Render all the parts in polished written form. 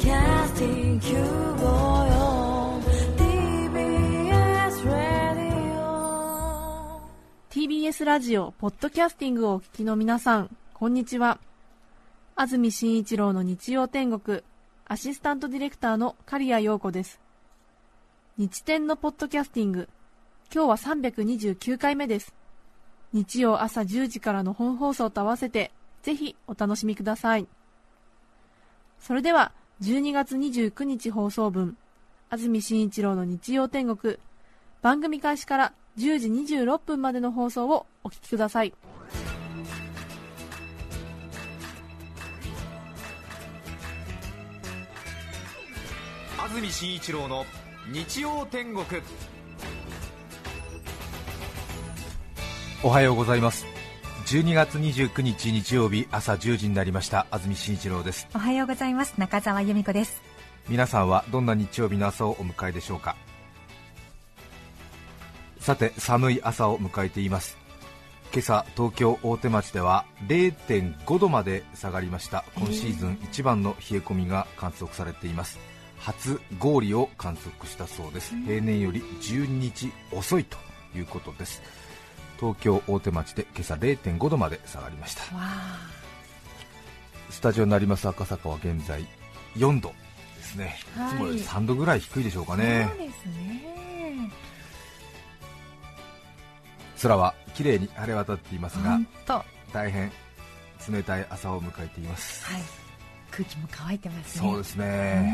Broadcasting Q54 TBS TBS ラジオポッドキャスティングをお聞きの皆さん、こんにちは。安住紳一郎の日曜天国、アシスタントディレクターの刈谷陽子です。日天のポッドキャスティング、今日は329回目です。日曜朝10時からの本放送と合わせてぜひお楽しみください。それでは12月29日放送分、安住紳一郎の日曜天国、番組開始から10時26分までの放送をお聞きください。 安住紳一郎の日曜天国。おはようございます。12月29日日曜日朝10時になりました。安住紳一郎です。 おはようございます。中澤由美子です。 皆さんはどんな日曜日の朝をお迎えでしょうか。さて、寒い朝を迎えています。今朝東京大手町では 0.5 度まで下がりました。今シーズン一番の冷え込みが観測されています。初氷を観測したそうです。平年より12日遅いということです。東京大手町で今朝 0.5 度まで下がりました。スタジオになります赤坂は現在4度ですね。いつもより3度ぐらい低いでしょうかね。 そうですね。 空は綺麗に晴れ渡っていますが、大変冷たい朝を迎えています。 はい、空気も乾いてますね。 そうですね。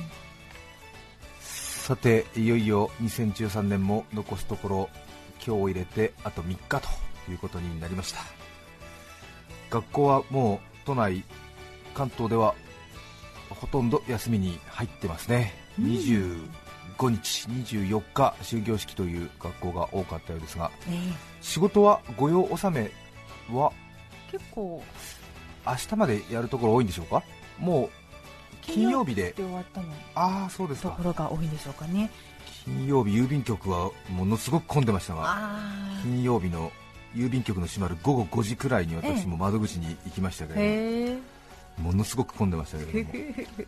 さて、いよいよ2013年も残すところ今日を入れてあと3日ということになりました。学校はもう都内、関東ではほとんど休みに入ってますね。25日、24日終業式という学校が多かったようですが、仕事は御用納めは結構明日までやるところ多いんでしょうか。もう金曜日で終わったのそうですか。 ところが多いんでしょうかね。 金曜日郵便局はものすごく混んでましたが、金曜日の郵便局の閉まる午後5時くらいに私も窓口に行きましたけれども、ものすごく混んでましたけれども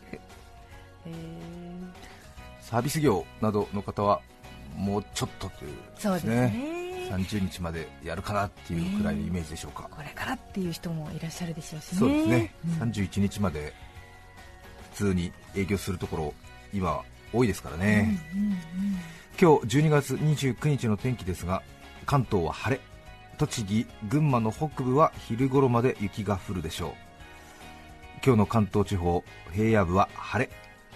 サービス業などの方はもうちょっとというですね、30日までやるかなっていうくらいのイメージでしょうか。 これからっていう人もいらっしゃるでしょうしね。 そうですね、31日まで普通に営業するところ今多いですからね。今日12月29日の天気ですが、関東は晴れ、栃木、群馬の北部は昼頃まで雪が降るでしょう。今日の関東地方平野部は晴れ、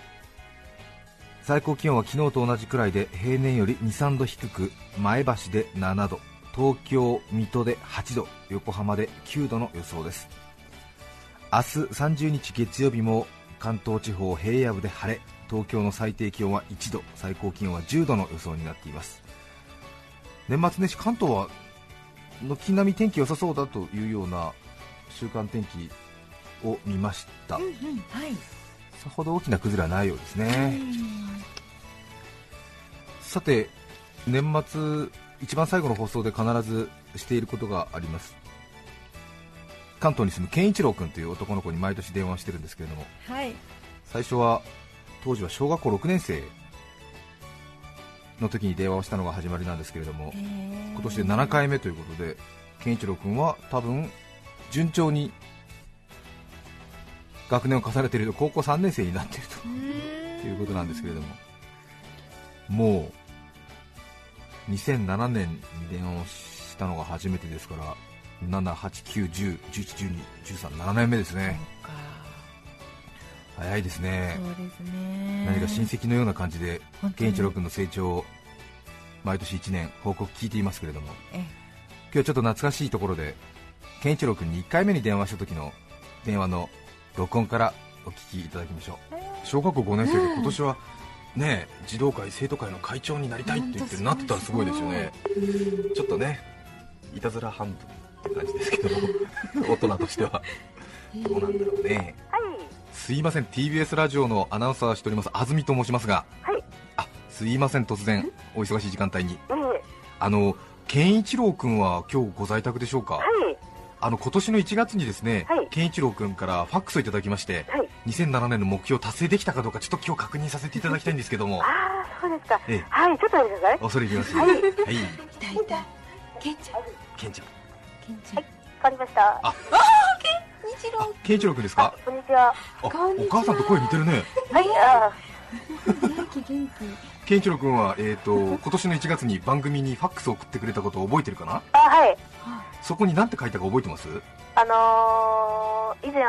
最高気温は昨日と同じくらいで平年より 2,3 度低く、前橋で7度、東京、水戸で8度、横浜で9度の予想です。明日30日月曜日も関東地方平野部で晴れ、東京の最低気温は1度、最高気温は10度の予想になっています。年末年始関東は軒並み天気良さそうだというような週間天気を見ました。さほど大きな崩れはないようですね。さて、年末一番最後の放送で必ずしていることがあります。関東に住む健一郎君という男の子に毎年電話をしてるんですけれども、最初は当時は小学校6年生の時に電話をしたのが始まりなんですけれども、今年で7回目ということで、健一郎君は多分順調に学年を重ねていると高校3年生になっているということなんですけれども、もう2007年に電話をしたのが初めてですから、7、8、9、10、11、12、13、7年目ですね。早いですね。 そうですね。 何か親戚のような感じで健一郎君の成長を毎年1年報告聞いていますけれども、今日ちょっと懐かしいところで健一郎君に1回目に電話した時の電話の録音からお聞きいただきましょう。小学校5年生で今年はね、児童会生徒会の会長になりたいって言ってなってたらすごいですよね。ちょっとね、いたずら半分って感じですけども大人としてはどうなんだろうね。すいません、 TBS ラジオのアナウンサーしております安住と申しますが、すいません、突然お忙しい時間帯に。健一郎君は今日ご在宅でしょうか。今年の1月にですね、健一郎君からファックスをいただきまして、 2007年の目標達成できたかどうかちょっと今日確認させていただきたいんですけども。 ああ、そうですか。 ええ、 はい、ちょっと待ってください。 恐れ入ります。 はい、 はい、 いたケンちゃんケンちゃん。 ケンちゃん変わりました。 日郎ケンイチロウ君ですか？ こんにちは。 あ、 こんにちはお母さんと声似てるね。 はい、 元気ケンイチロウ君は、今年の1月に番組にファックスを送ってくれたことを覚えてるかな？ はい。 そこに何て書いたか覚えてます？ 以前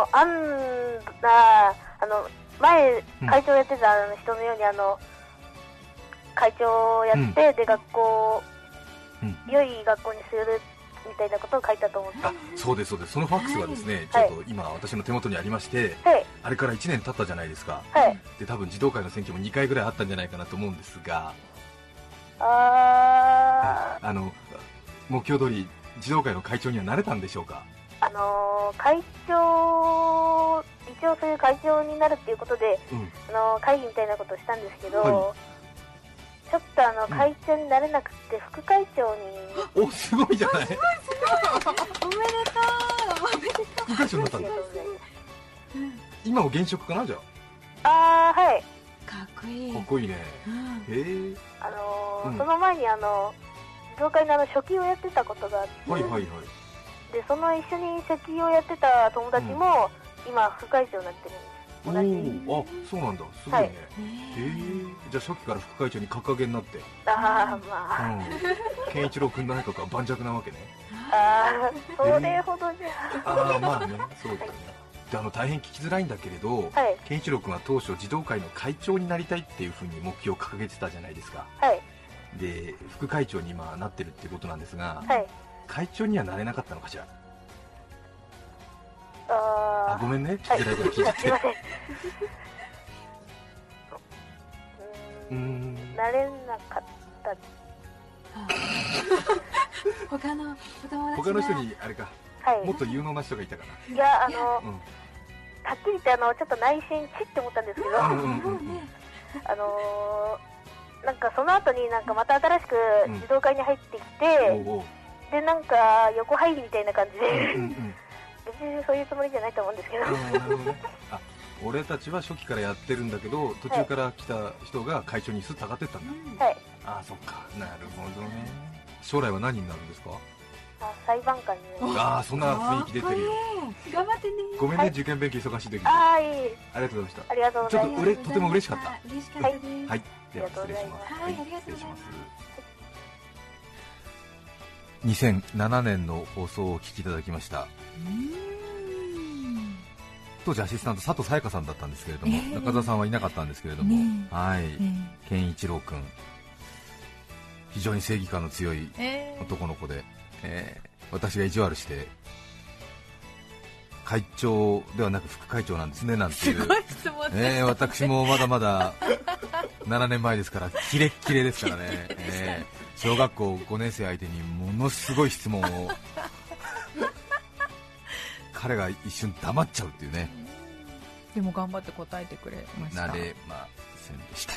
前会長やってた人のように会長をやって、で学校、良い学校にするみたいなことを書いたと思って。 あ、そうですそうです。そのファックスがですね、 はいちょっと今私の手元にありまして、 はい、 あれから1年経ったじゃないですか。 はい。 で、多分児童会の選挙も2回ぐらいあったんじゃないかなと思うんですが、目標通り児童会の会長にはなれたんでしょうか？ 会長、一応そういう会長になるっていうことで、会議みたいなことをしたんですけど、 はちょっと会長になれなくて副会長に。 お、すごいじゃない。 おめでとう副会長になったんだ。今も現職かな、じゃはい。 かっこいいあ。かっこいいね。 うんへえ。 その前に業界の書記をやってたことがあって、 はいはいはい。 でその一緒に書記をやってた友達も、今副会長になってるんです。同じ。 あ、そうなんだ。すごいね。 はいへえ。じゃあ初期から副会長に格上げになって、 まあ、 ケンイチロウ君の内閣は盤石なわけね。 それほどじゃ。 まあね、そうだよね。で、大変聞きづらいんだけれど、 はい、 ケンイチロウ君は当初児童会の会長になりたいっていうふうに目標を掲げてたじゃないですか。 はい、 で、副会長に今なってるっていうことなんですが、 はい。 会長にはなれなかったのかしら？ごめんね、聞きづらいから聞いちゃって。 すいません。なれなかった。 他のお友達他の人にあれか、 はい。 もっと有能な人がいたかいや、はっきり言ってちょっと内心チって思ったんですけど、 な。 なんかその後になんかまた新しく児童会に入ってきて、 おうおう。 でなんか横入りみたいな感じで、 うんうん。 別にそういうつもりじゃないと思うんですけど、 なるほどね。俺たちは初期からやってるんだけど、途中から来た人が会長にスッと上がってったんだ。 はい。 そっか、なるほどね。将来は何になるんですか？ 裁判官に。 そんな雰囲気出てるよ。 頑張ってね。 ごめんね、受験勉強忙しい時に。 いい。 ありがとうございました。 ありがとうごちょっざいます。 ととても嬉しかった。 嬉しかったです。 はい、では失礼します。 はい、ありがとうございます。 失礼します。2007年の放送をお聞きいただきました。当時アシスタント佐藤さやかさんだったんですけれども、中澤さんはいなかったんですけれども、はい、ケンイチロウ君、非常に正義感の強い男の子で、私が意地悪して会長ではなく副会長なんですねなんていう、私もまだまだ7年前ですからキレッキレですからね、小学校5年生相手にものすごい質問を彼が一瞬黙っちゃうっていうね。 でも頑張って答えてくれました。 なれませんでした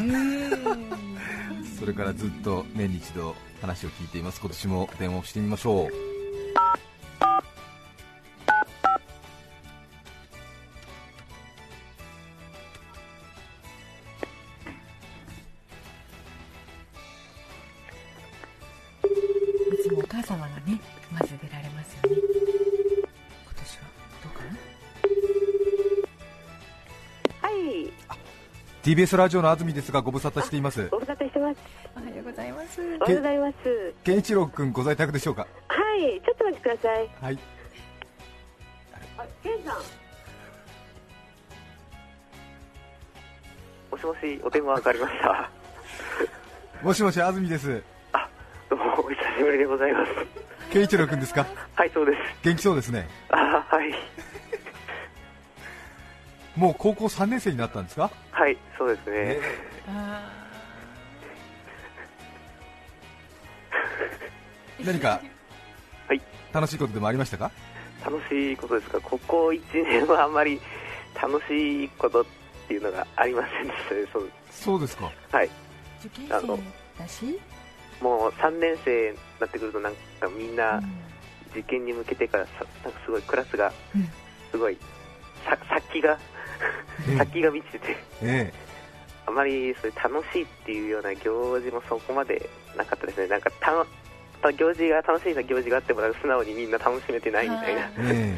それからずっと年に一度話を聞いています。今年も電話をしてみましょう。 いつもお母様がね、まず出られますよね。今年はどうかな。 TBS ラジオの安住ですが、ご無沙汰しています。 ご無沙汰してます。 おはようございます。 おはようございます。 ケンイチロウ君ご在宅でしょうか？ はい、ちょっと待ってください。 はい。 ケンさん。 もしもし、お電話かかりました。 もしもし、安住です。 どうもお久しぶりでございます。 ケンイチロウ君ですか？ はい、そうです。 元気そうですね。 はい。 もう高校3年生になったんですか？ はい、そうですね。 何か、 はい、 楽しいことでもありましたか？ 楽しいことですか？ここ1年はあんまり楽しいことっていうのがありませんでしたね。 そうですか。 はい。 受験生だし、 もう3年生になってくるとなんかみんな受験に向けてからなんかすごいクラスがすごい先が満ちてて、あまりそういう楽しいっていうような行事もそこまでなかったですね。なんか行事が楽しいな行事があっても素直にみんな楽しめてないみたいな。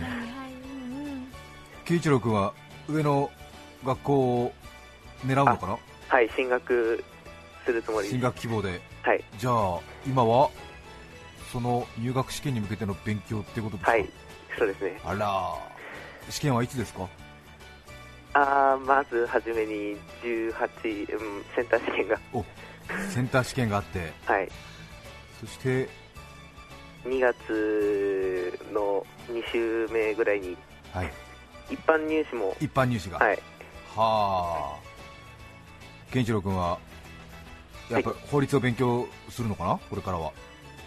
喜一郎君は上の学校を狙うのかな？ はい、進学するつもりです。 進学希望で、 はい、 じゃあ今はその入学試験に向けての勉強ってことですか？ はい、そうですね。 あら、試験はいつですか？ まずはじめに18、センター試験がセンター試験があって、 はい、 そして 2月の2週目ぐらいに、 はい、 一般入試が、はい、 はあ。健一郎君はやっぱり法律を勉強するのかな、これからは。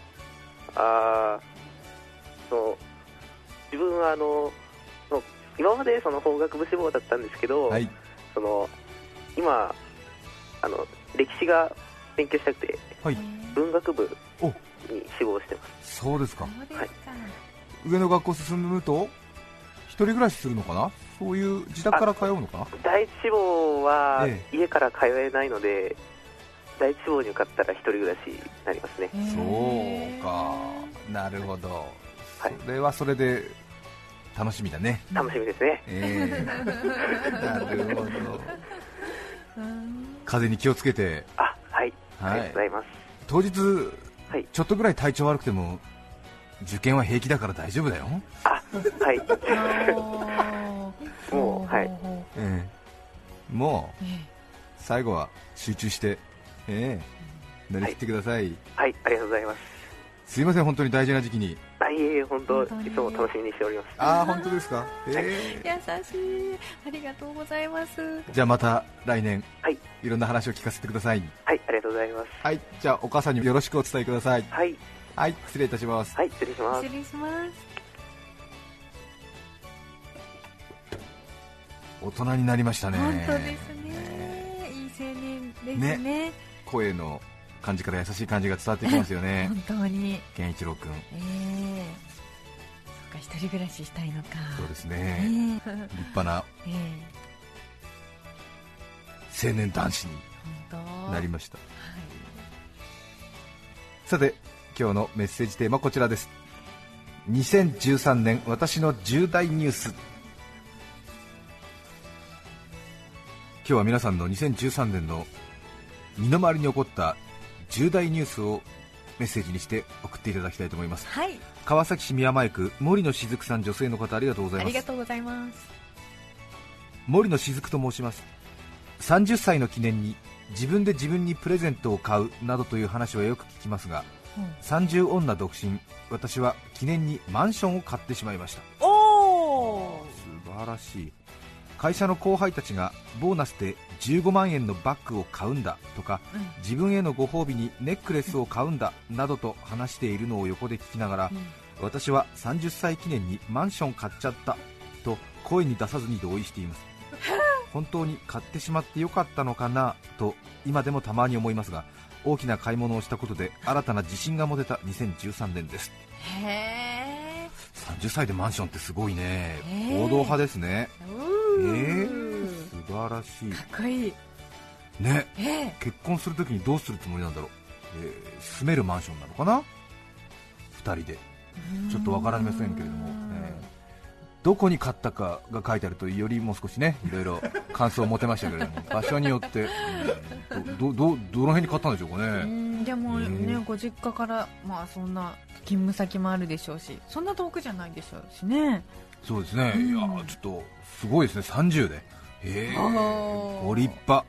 自分は今まで法学部志望だったんですけど、はい、今歴史が勉強したくて、はい、文学部に志望してます。 そうですか。 はい、 上の学校進むと一人暮らしするのかな、そういう自宅から通うのかな。 第一志望は家から通えないので、第一志望に受かったら一人暮らしになりますね。 そうか、なるほど、はい、それはそれで楽しみだね。 楽しみですね。 なるほど。風邪に気をつけて。 はい、ありがとうございます。 当日、はい、ちょっとぐらい体調悪くても受験は平気だから大丈夫だよ。 はいもう、はい、 もう、最後は集中して、乗り切ってください。 はい、ありがとうございます。 すいません、本当に大事な時期に。 本当、いつも楽しみにしております。 本当ですか。 優しい、ありがとうございます。 じゃあまた来年、 はい、 いろんな話を聞かせてください。 はい、ありがとうございます。 はい、じゃあお母さんによろしくお伝えください。 はい、 はい、失礼いたします。 はい、失礼します。 失礼します。 大人になりましたね。 本当ですね。いい青年ですね。 声の感じから優しい感じが伝わってきますよね。 本当に。 健一郎君。 そっか、一人暮らししたいのか。 そうですね。立派な、青年男子になりました。さて、今日のメッセージテーマはこちらです。2013年私の重大ニュース。今日は皆さんの2013年の身の回りに起こった重大ニュースをメッセージにして送っていただきたいと思います。 はい、 川崎市宮前区森野しずくさん、女性の方、ありがとうございます。 ありがとうございます。 森野しずくと申します。30歳の記念に自分で自分にプレゼントを買うなどという話はよく聞きますが、30女独身、私は記念にマンションを買ってしまいました。素晴らしい。会社の後輩たちがボーナスで15万円のバッグを買うんだとか、自分へのご褒美にネックレスを買うんだなどと話しているのを横で聞きながら、私は30歳記念にマンション買っちゃったと声に出さずに同意しています。本当に買ってしまってよかったのかなと今でもたまに思いますが、大きな買い物をしたことで新たな自信が持てた2013年です。30歳でマンションってすごいね。行動派ですね。素晴らしい。 かっこいいね。結婚するときにどうするつもりなんだろう。住めるマンションなのかな、2人で。ちょっとわかりませんけれども、どこに買ったかが書いてあるとよりもう少しね、いろいろ感想を持てましたけれども、場所によってどの辺に買ったんでしょうかね。 でもね、ご実家からそんな勤務先もあるでしょうし、そんな遠くじゃないでしょうしね。 そうですね。いやちょっとすごいですね、30で。ご立派。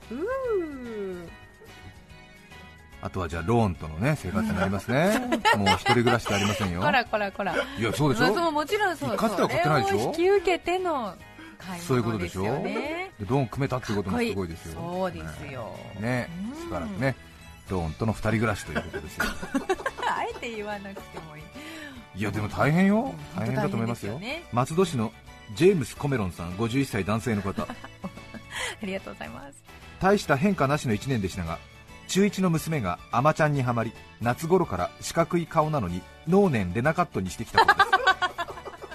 あとはじゃあローンとのね生活になりますね。もう一人暮らしじゃありませんよ。 こら。 いや、そうでしょ。 もちろんそう。 一括では買ってないでしょ。 引き受けての買い物ですよね。 そういうことでしょ。でローン組めたっていうこともすごいですよ。 そうですよ。 ね、しばらくね、ローンとの2人暮らしということですよ。 あえて言わなくてもいい。 いやでも大変よ。大変だと思いますよ。松戸市のジェームス・コメロンさん、51歳男性の方。 ありがとうございます。 大した変化なしの1年でしたが、中1の娘がアマちゃんにはまり、夏頃から四角い顔なのに脳年レナカットにしてきたことです。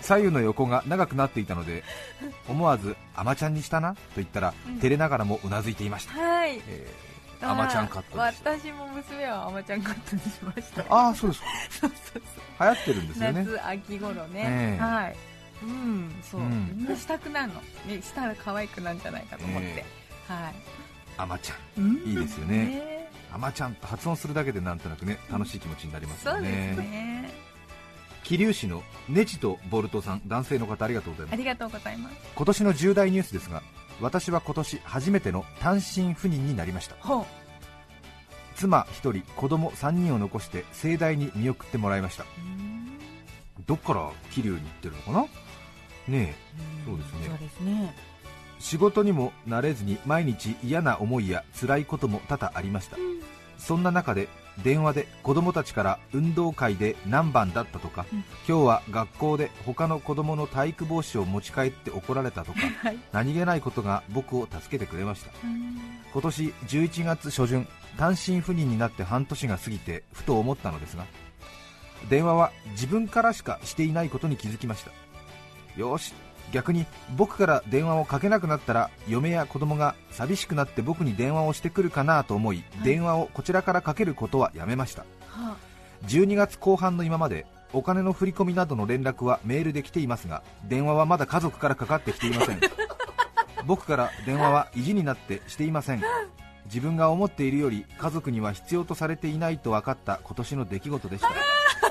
左右の横が長くなっていたので思わずアマちゃんにしたなと言ったら、照れながらもうなずいていました。 はい、 アマちゃんカットです。 私も娘はアマちゃんカットにしました。 ああ、そうですか。そう流行ってるんですよね、 夏秋頃ね、はい、そう、みんなしたくなるの、ね、したら可愛くなるんじゃないかと思って、はい、 アマちゃん、いいですよね、アマちゃんと発音するだけでなんとなくね、楽しい気持ちになりますよね。 そうですね。 桐生市のネジとボルトさん、男性の方、ありがとうございます。 ありがとうございます。 今年の重大ニュースですが、私は今年初めての単身赴任になりました。妻1人、子供3人を残して盛大に見送ってもらいました。どっから桐生に行ってるのかなねえ、そうですね。仕事にも慣れずに毎日嫌な思いや辛いことも多々ありました。そんな中で電話で子供たちから運動会で何番だったとか、今日は学校で他の子供の体育帽子を持ち帰って怒られたとか、何気ないことが僕を助けてくれました。今年11月初旬、単身赴任になって半年が過ぎてふと思ったのですが、電話は自分からしかしていないことに気づきました。よし、逆に僕から電話をかけなくなったら嫁や子供が寂しくなって僕に電話をしてくるかなと思い、電話をこちらからかけることはやめました。12月後半の今までお金の振り込みなどの連絡はメールで来ていますが、電話はまだ家族からかかってきていません。僕から電話は意地になってしていません。自分が思っているより家族には必要とされていないと分かった今年の出来事でしたね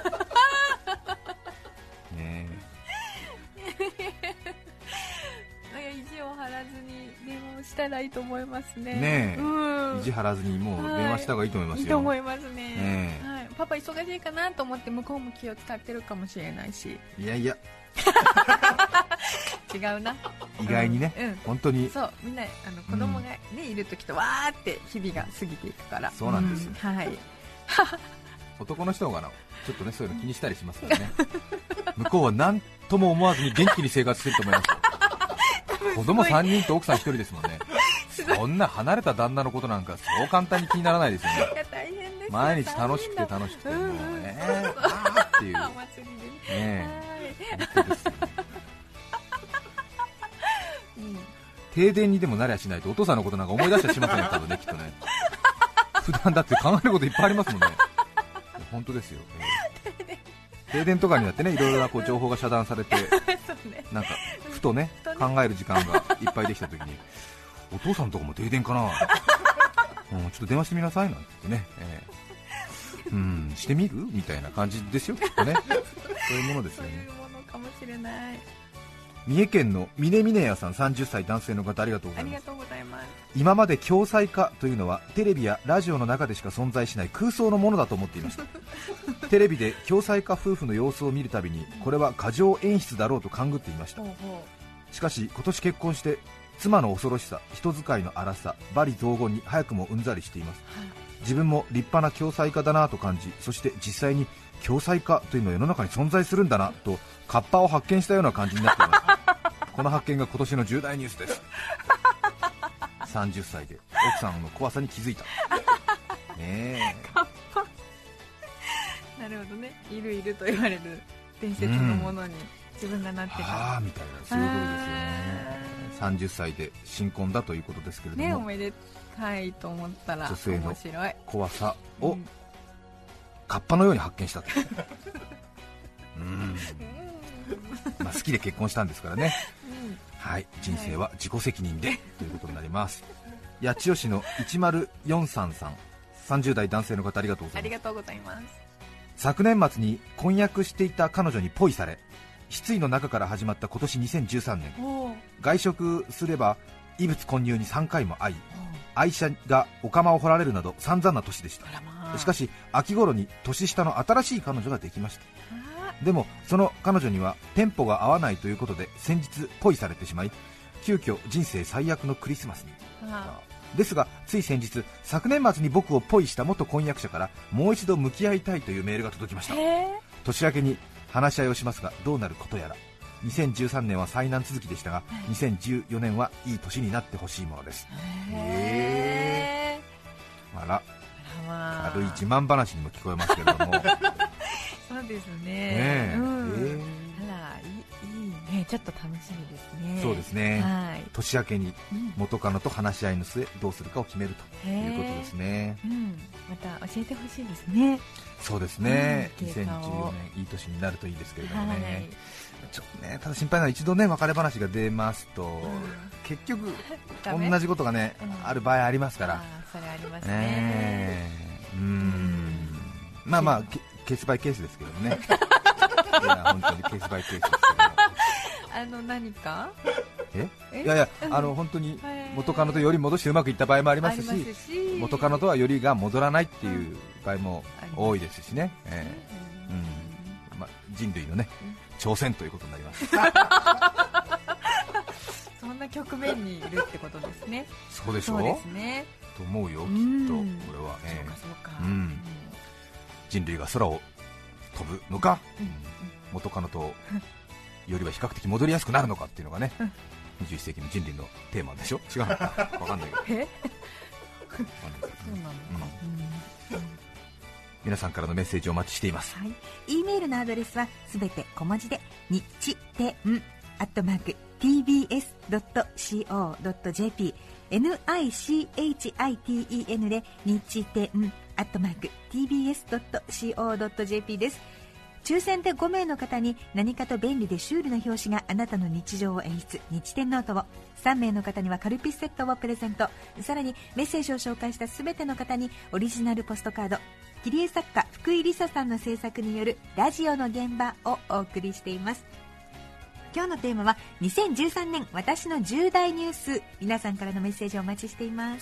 え、 意地を張らずに電話をしたらいいと思いますね。 ねえ、意地張らずにもう電話した方がいいと思いますよ。 いいと思いますね。はい、パパ忙しいかなと思って向こうも気を使ってるかもしれないし。 いやいや違うな、 意外にね、本当にそう、みんな子供が、ねいるときとわーって日々が過ぎていくから。 そうなんですよ、 はい。 男の人がちょっとね、そういうの気にしたりしますからね向こうは何とも思わずに元気に生活してると思いますよ子供3人と奥さん1人ですもんねそんな離れた旦那のことなんかそう簡単に気にならないですよね。 いや大変です。 毎日楽しくて楽しくて、もうあーっていう、 お祭りでね、 本当ですよ停電にでもなりゃしないとお父さんのことなんか思い出したりしませんよ、多分ね、きっとね。普段だって考えることいっぱいありますもんね。本当ですよ、停電とかになってね、いろいろな情報が遮断されてなんかふとね考える時間がいっぱいできたときにお父さんのとこも停電かなちょっと電話してみなさいなんてね、してみるみたいな感じですよ、きっとねそういうものですよね。 そういうものかもしれない。 三重県の峰峰屋さん、30歳男性の方、ありがとうございます。 ありがとうございます。 今まで共済化というのはテレビやラジオの中でしか存在しない空想のものだと思っていましたテレビで共済化夫婦の様子を見るたびにこれは過剰演出だろうと勘ぐっていました。しかし今年結婚して妻の恐ろしさ、人使いの荒さ、罵詈雑言に早くもうんざりしています。自分も立派な共済化だなと感じ、そして実際に共済化というのは世の中に存在するんだなとカッパを発見したような感じになっていますこの発見が今年の重大ニュースです30歳で奥さんの怖さに気づいたねカッパなるほどね、いるいると言われる伝説のものに自分がなってた、 ああみたいな、そういうことですよね。30歳で新婚だということですけれども、 ね、おめでたいと思ったら女性の面白い怖さをカッパのように発見したとまあ好きで結婚したんですからね、はい、人生は自己責任でということになります。八千代市の10433さん、30代男性の方、ありがとうございます。 ありがとうございます。 昨年末に婚約していた彼女にポイされ、失意の中から始まった今年2013年、外食すれば異物混入に3回も会い、愛車がお釜を掘られるなど散々な年でした。しかし秋頃に年下の新しい彼女ができました。でもその彼女にはテンポが合わないということで先日ポイされてしまい、急遽人生最悪のクリスマスに。ですがつい先日、昨年末に僕をポイした元婚約者からもう一度向き合いたいというメールが届きました。年明けに話し合いをしますがどうなることやら。2013年は災難続きでしたが、2014年はいい年になってほしいものです。あら、軽い自慢話にも聞こえますけれどもそうですね。あら、いいちょっと楽しみですね。 そうですね、はい、年明けに元カノと話し合いの末どうするかを決めるということですね、 また教えてほしいですね。 そうですね、2014年いい年になるといいですけれどもね、ちょっとね、ただ心配なのは一度ね別れ話が出ますと、結局同じことがね、ある場合ありますから。 それありますね。 まあケースバイケースですけどもねいや本当にケースバイケースですけども何かいや本当に元カノとより戻してうまくいった場合もありますし、元カノとはよりが戻らないっていう場合も多いですしね、人類のね挑戦ということになりますそんな局面にいるってことですね。 そうでしょう、 そうですね、 と思うよ、きっとこれは、人類が空を飛ぶのか、元カノとよりは比較的戻りやすくなるのかっていうのがね、21世紀の人類のテーマでしょ。違うのか分かんないけどそうなのか、 皆さんからのメッセージをお待ちしています。 はい、E メールのアドレスはすべて小文字で日天@tbs.co.jp NICHITEN で日天@tbs.co.jp です。抽選で5名の方に何かと便利でシュールな表紙があなたの日常を演出、日天ノートを、3名の方にはカルピスセットをプレゼント。さらにメッセージを紹介したすべての方にオリジナルポストカード、切り絵作家福井梨沙さんの制作によるラジオの現場をお送りしています。今日のテーマは2013年私の重大ニュース。皆さんからのメッセージをお待ちしています。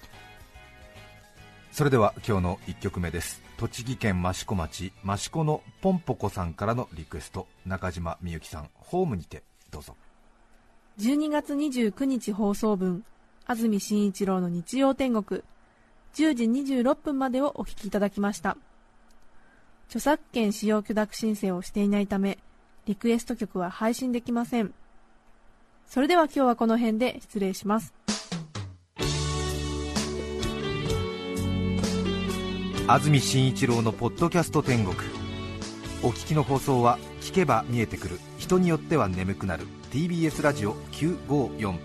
それでは今日の1曲目です。栃木県益子町益子のポンポコさんからのリクエスト、中島みゆきさん、ホームにて。どうぞ。 12月29日放送分、安住紳一郎の日曜天国、10時26分までをお聞きいただきました。著作権使用許諾申請をしていないため、リクエスト曲は配信できません。それでは今日はこの辺で失礼します。 安住紳一郎のポッドキャスト天国。お聞きの放送は聞けば見えてくる、人によっては眠くなる TBS ラジオ954。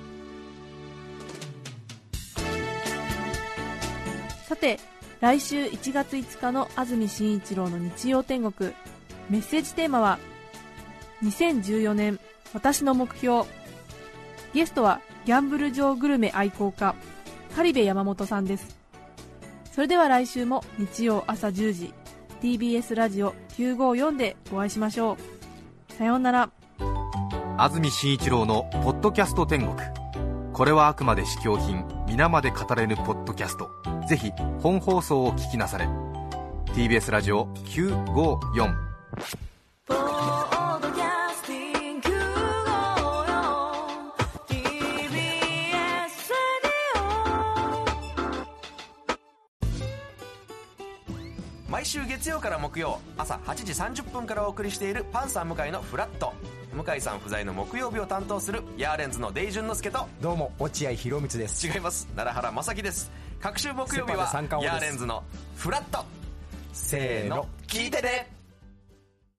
さて、来週1月5日の安住紳一郎の日曜天国、メッセージテーマは2014年私の目標。ゲストはギャンブル場グルメ愛好家狩部山本さんです。それでは来週も日曜朝10時 TBS ラジオ954でお会いしましょう。さようなら。 安住紳一郎のポッドキャスト天国。これはあくまで試供品、皆まで語れぬポッドキャスト。ぜひ本放送を聞きなされ。 TBS ラジオ954。 毎週月曜から木曜朝8時30分からお送りしているパンサー向井のフラット。向井さん不在の木曜日を担当するヤーレンズのデイジュンの之介と、 どうも落合博満です。 違います、奈良原正樹です。各週木曜日はヤーレンズのフラット。せーの、聞いてね。